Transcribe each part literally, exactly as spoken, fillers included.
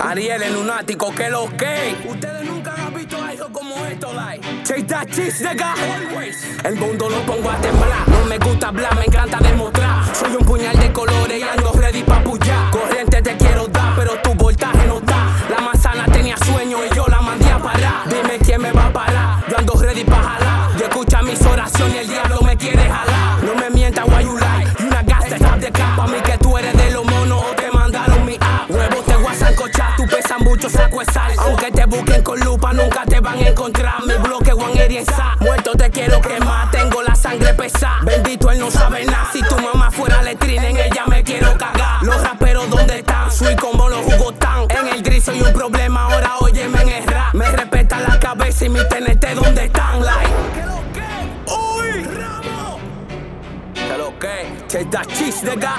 Ariel, el lunático, que lo que. Ustedes nunca han visto algo como esto, like. Chase that cheese, nigga. El mundo lo pongo a temblar. No me gusta hablar, me encanta demostrar. Soy un puñal de colores y ando ready pa' pullar. Corriente te quiero dar, pero tu voltaje no está. La manzana tenía sueño y yo la mandé a parar. Dime quién me va a parar. Yo ando ready pa' jalar. Y escucha mis oraciones y el diablo me quiere jalar. No me mientas, why you lie. Y una gasta rap de capa. A mí que tú eres de los monos o te mandaron mi app. Huevos te voy a sancochar, tú pesas mucho, saco de sal. Aunque te busquen con lupa, nunca te van a encontrar. Mi bloque one eighty muerto te quiero quemar. Tengo la sangre pesada, bendito él no sabe nada. Si tu mamá fuera letrina, en ella me quiero cagar. Los raperos, ¿dónde están? Soy como los jugos tan. En el gris soy un problema, ahora óyeme en el rap. Me respeta la cabeza y mi T N T, ¿dónde están? Like, ¿qué lo que? ¡Uy! ¡Ramo! ¿Qué lo que? Chase that cheese, nigga.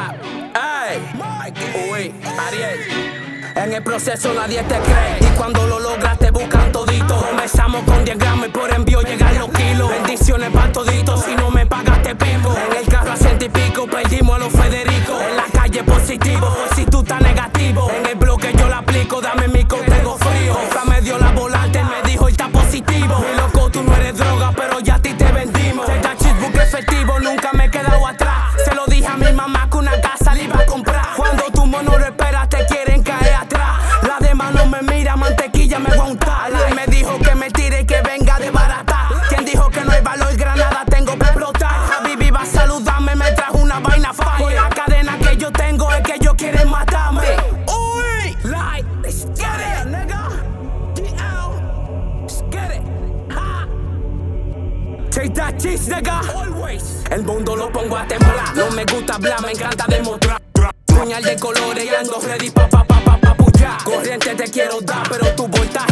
¡Ey! ¡Uy! Ariel. En el proceso nadie te cree y cuando lo logras te buscan todito. Comenzamos con diez gramos y por envío llegan los kilos. Bendiciones para toditos, si no me pagas te pego. En el carro a ciento y pico perdimos a los Federico. En la calle positivo, pues si tú estás negativo. En el bloque yo la aplico, dame mi código frío. Otra me dio la volante, él me dijo, él está positivo. Mi loco, tú no eres droga, pero ya a ti te vendimos. Esta cheesebook efectivo, nunca me he quedado atrás. Se lo dije a mi mamá que una casa le iba a comprar. Cuando tu mono lo esperas te quieren caer atrás. La demás no me mira, mantequilla me aguanta. Él me dijo que me tire y que venga de barata. Quien dijo que no hay valor, granada tengo que explotar. Habibi va a saludarme, me trajo una vaina fire. La cadena que yo tengo es que ellos quieren matarme. Uy, like, let's get it, nigga. D L, let's get it. Ha. Chase that cheese, nigga. Always. El mundo lo pongo a temblar. No me gusta hablar, me encanta demostrar. Puñal de colores y ando ready pa' pa' pa' pa' pa' pullar. Corriente te quiero dar, pero tu voltaje